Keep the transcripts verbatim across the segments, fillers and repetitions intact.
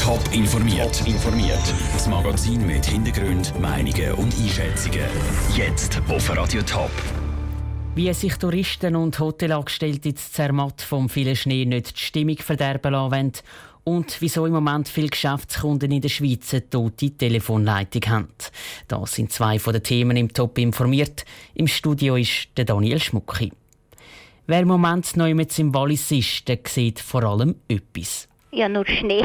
Top informiert. Top informiert. Das Magazin mit Hintergrund, Meinungen und Einschätzungen. Jetzt auf Radio Top. Wie sich Touristen und Hotelangestellte in Zermatt vom vielen Schnee nicht die Stimmung verderben lassen wollen und wieso im Moment viele Geschäftskunden in der Schweiz eine tote Telefonleitung haben. Das sind zwei von den Themen im Top informiert. Im Studio ist der Daniel Schmucki. Wer im Moment neu mit im Wallis ist, der sieht vor allem etwas. Ja, nur Schnee.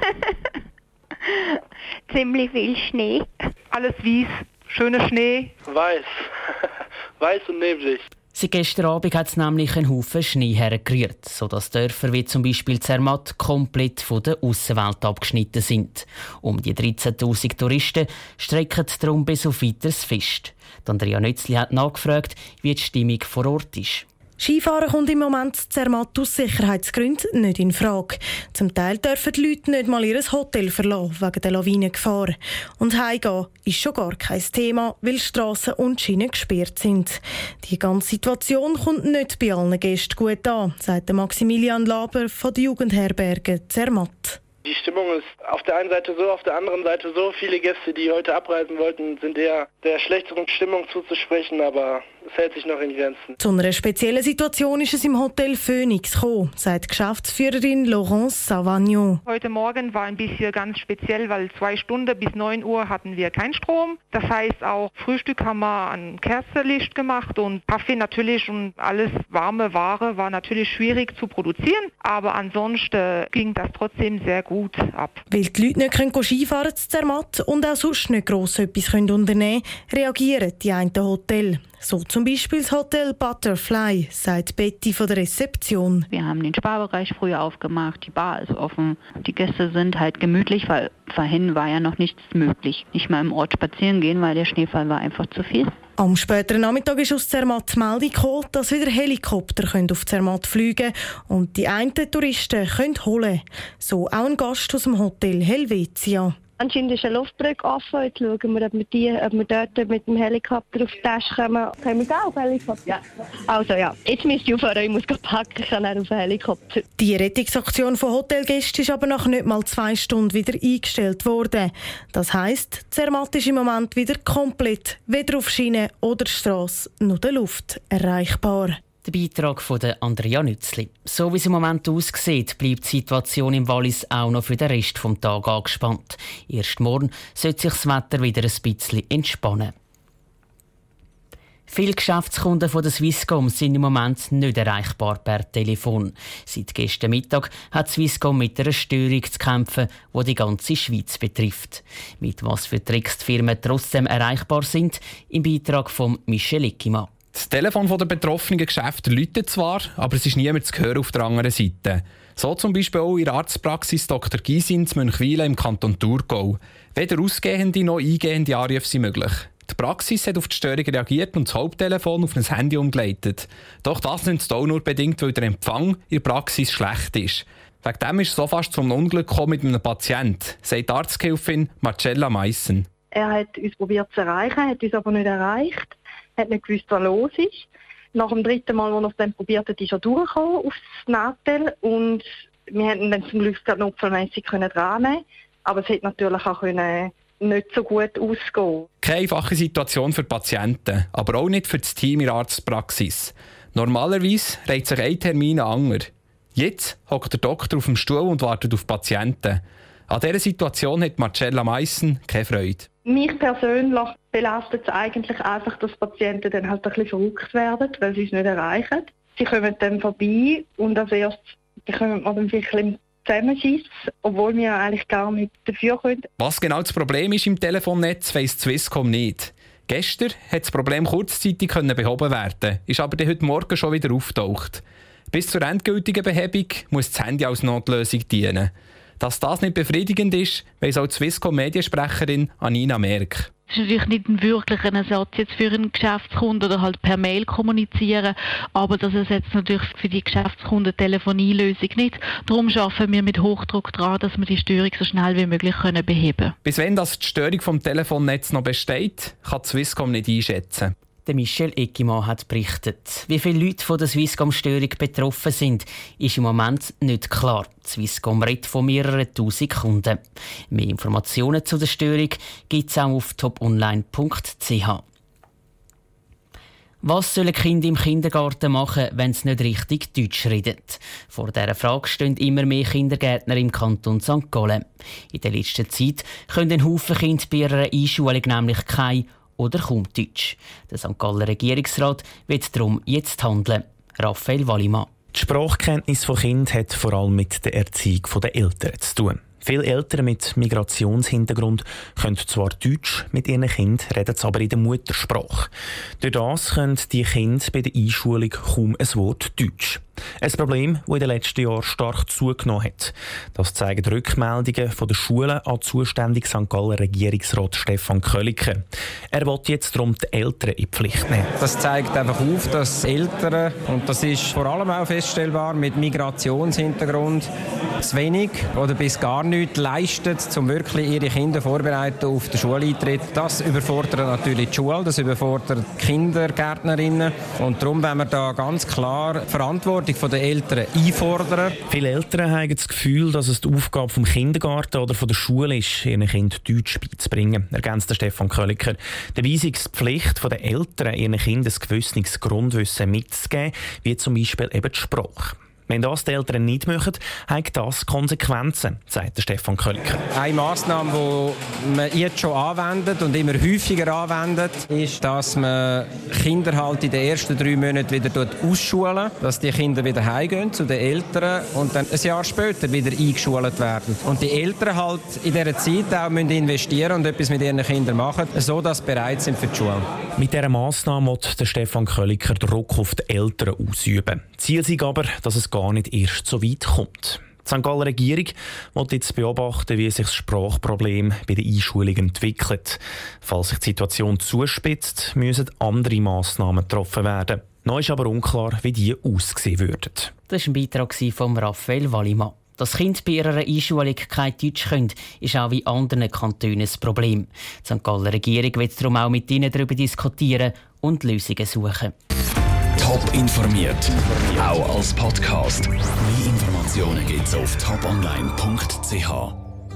Ziemlich viel Schnee. Alles weiß, schöner Schnee. Weiß. Weiß und neblig. Seit gestern Abend hat es nämlich einen Haufen Schnee hergerührt, sodass Dörfer wie zum Beispiel Zermatt komplett von der Aussenwelt abgeschnitten sind. Um die dreizehntausend Touristen strecken darum bis auf weiteres Fest. Andrea Nötzli hat nachgefragt, wie die Stimmung vor Ort ist. Skifahren kommt im Moment Zermatt aus Sicherheitsgründen nicht in Frage. Zum Teil dürfen die Leute nicht mal ihr Hotel verlassen wegen der Lawinengefahr. Und heimgehen ist schon gar kein Thema, weil Strassen und Schienen gesperrt sind. Die ganze Situation kommt nicht bei allen Gästen gut an, sagt Maximilian Laber von der Jugendherberge Zermatt. Die Stimmung ist auf der einen Seite so, auf der anderen Seite so. Viele Gäste, die heute abreisen wollten, sind eher der schlechteren Stimmung zuzusprechen, aber es hält sich noch in Grenzen. Zu einer speziellen Situation ist es im Hotel Phoenix gekommen, sagt Geschäftsführerin Laurence Savagnon. Heute Morgen war ein bisschen ganz speziell, weil zwei Stunden bis neun Uhr hatten wir keinen Strom. Das heißt auch Frühstück haben wir an Kerzenlicht gemacht und Kaffee natürlich und alles warme Ware war natürlich schwierig zu produzieren, aber ansonsten ging das trotzdem sehr gut ab. Weil die Leute nicht können Skifahren zu Zermatt und auch sonst nicht gross etwas unternehmen können, reagieren die einen Hotels. So zum Beispiel das Hotel Butterfly, sagt Betty von der Rezeption. Wir haben den Sparbereich früher aufgemacht, die Bar ist offen. Die Gäste sind halt gemütlich, weil vorhin war ja noch nichts möglich. Nicht mal im Ort spazieren gehen, weil der Schneefall war einfach zu viel. Am späteren Nachmittag ist aus Zermatt die Meldung gekommen, dass wieder Helikopter auf Zermatt fliegen können und die einen Touristen können holen. So auch ein Gast aus dem Hotel Helvetia. Anscheinend ist eine Luftbrücke offen. Jetzt schauen wir, ob wir, die, ob wir dort mit dem Helikopter auf die Tasche kommen. Können wir da auf Helikopter? Ja. Also ja, jetzt müsst ihr aufhören, ich muss packen, ich kann nicht auf den Helikopter. Die Rettungsaktion von Hotelgästen ist aber nach nicht mal zwei Stunden wieder eingestellt worden. Das heisst, Zermatt ist im Moment wieder komplett, weder auf Schiene oder Strasse, nur der Luft erreichbar. Der Beitrag von Andrea Nützli. So wie es im Moment aussieht, bleibt die Situation im Wallis auch noch für den Rest des Tages angespannt. Erst morgen sollte sich das Wetter wieder ein bisschen entspannen. Viele Geschäftskunden von der Swisscom sind im Moment nicht erreichbar per Telefon. Seit gestern Mittag hat Swisscom mit einer Störung zu kämpfen, die die ganze Schweiz betrifft. Mit was für Tricks die Firmen trotzdem erreichbar sind, im Beitrag von Michel Ickimann. Das Telefon der betroffenen Geschäfte läutet zwar, aber es ist niemand zu hören auf der anderen Seite. So zum Beispiel auch in der Arztpraxis Doktor Gysin in Münchwilen im Kanton Thurgau. Weder ausgehende noch eingehende Anrufe sind möglich. Die Praxis hat auf die Störung reagiert und das Haupttelefon auf ein Handy umgeleitet. Doch das nützt auch nur bedingt, weil der Empfang in der Praxis schlecht ist. Wegen dem ist es so fast zum Unglück gekommen mit einem Patienten, sagt die Arztgehilfin Marcella Meissen. Er hat uns probiert zu erreichen, hat uns aber nicht erreicht. Hat nicht gewusst, was los ist. Nach dem dritten Mal, als er es dann probiert hat, ist er durchgekommen aufs Nadel und wir konnten dann zum Glück gerade notfallmässig dran nehmen. Aber es hätte natürlich auch können nicht so gut ausgehen. Keine einfache Situation für die Patienten, aber auch nicht für das Team in der Arztpraxis. Normalerweise reiht sich ein Termin an anderen. Jetzt hockt der Doktor auf dem Stuhl und wartet auf Patienten. An dieser Situation hat Marcella Meissen keine Freude. Mich persönlich belastet es eigentlich einfach, dass Patienten dann halt ein bisschen verrückt werden, weil sie es nicht erreichen. Sie kommen dann vorbei und als erstes bekommen wir dann vielleicht ein Zusammenschiss, obwohl wir eigentlich gar nicht dafür können. Was genau das Problem ist im Telefonnetz, weiss Swisscom nicht. Gestern konnte das Problem kurzzeitig behoben werden, ist aber heute Morgen schon wieder auftaucht. Bis zur endgültigen Behebung muss das Handy als Notlösung dienen. Dass das nicht befriedigend ist, weiss auch die Swisscom-Mediensprecherin Anina Merck. Es ist natürlich nicht ein wirklicher Ersatz jetzt für einen Geschäftskunden oder halt per Mail kommunizieren, aber das ersetzt natürlich für die Geschäftskunden Telefonielösung nicht. Darum arbeiten wir mit Hochdruck daran, dass wir die Störung so schnell wie möglich können beheben können. Bis wann das die Störung vom Telefonnetz noch besteht, kann die Swisscom nicht einschätzen. Der Michel Eckimann hat berichtet. Wie viele Leute von der Swisscom-Störung betroffen sind, ist im Moment nicht klar. Die Swisscom redet von mehreren tausend Kunden. Mehr Informationen zu der Störung gibt es auch auf toponline punkt c h. Was sollen Kinder im Kindergarten machen, wenn sie nicht richtig Deutsch reden? Vor dieser Frage stehen immer mehr Kindergärtner im Kanton Sankt Gallen. In der letzten Zeit können ein Haufen Kinder bei ihrer Einschulung nämlich kein oder kaum Deutsch. Der Sankt Galler Regierungsrat wird darum jetzt handeln. Raphael Wallimann. Die Sprachkenntnis von Kindern hat vor allem mit der Erziehung der Eltern zu tun. Viele Eltern mit Migrationshintergrund können zwar Deutsch mit ihren Kindern, reden es aber in der Muttersprache. Durch das können die Kinder bei der Einschulung kaum ein Wort Deutsch. Ein Problem, das in den letzten Jahren stark zugenommen hat. Das zeigen Rückmeldungen von der Schulen an den zuständigen Sankt Galler Regierungsrat Stefan Kölliker. Er will jetzt darum die Eltern in die Pflicht nehmen. Das zeigt einfach auf, dass Eltern, und das ist vor allem auch feststellbar mit Migrationshintergrund, zu wenig oder bis gar nichts leisten, um wirklich ihre Kinder vorbereiten auf den Schuleintritt. Das überfordert natürlich die Schule, das überfordert die Kindergärtnerinnen. Und darum wollen wir da ganz klar Verantwortung von den Eltern einfordern. Viele Eltern haben das Gefühl, dass es die Aufgabe vom Kindergarten oder von der Schule ist, ihren Kindern Deutsch beizubringen, ergänzt Stefan Kölliker. Dabei ist es die Pflicht der Eltern, ihren Kindern ein gewisses Grundwissen mitzugeben, wie zum Beispiel eben die Sprache. Wenn das die Eltern nicht machen, hat das Konsequenzen, sagt Stefan Kölliker. Eine Massnahme, die man jetzt schon anwendet und immer häufiger anwendet, ist, dass man Kinder halt in den ersten drei Monaten wieder ausschulen, dass die Kinder wieder heimgehen zu den Eltern und dann ein Jahr später wieder eingeschult werden. Und die Eltern halt in dieser Zeit auch müssen investieren und etwas mit ihren Kindern machen, sodass sie bereit sind für die Schule. Mit dieser Massnahme will Stefan Kölliker Druck auf die Eltern ausüben. Ziel ist aber, dass es gar nicht erst so weit kommt. Die Sankt Galler Regierung will jetzt beobachten, wie sich das Sprachproblem bei der Einschulung entwickelt. Falls sich die Situation zuspitzt, müssen andere Massnahmen getroffen werden. Noch ist aber unklar, wie die aussehen würden. Das war ein Beitrag von Raphael Wallimann. Dass Kinder bei ihrer Einschulung kein Deutsch können, ist auch in anderen Kantonen ein Problem. Die Sankt Galler Regierung wird darum auch mit ihnen darüber diskutieren und Lösungen suchen. Top informiert, auch als Podcast. Mehr Informationen gibt's auf top online punkt c h.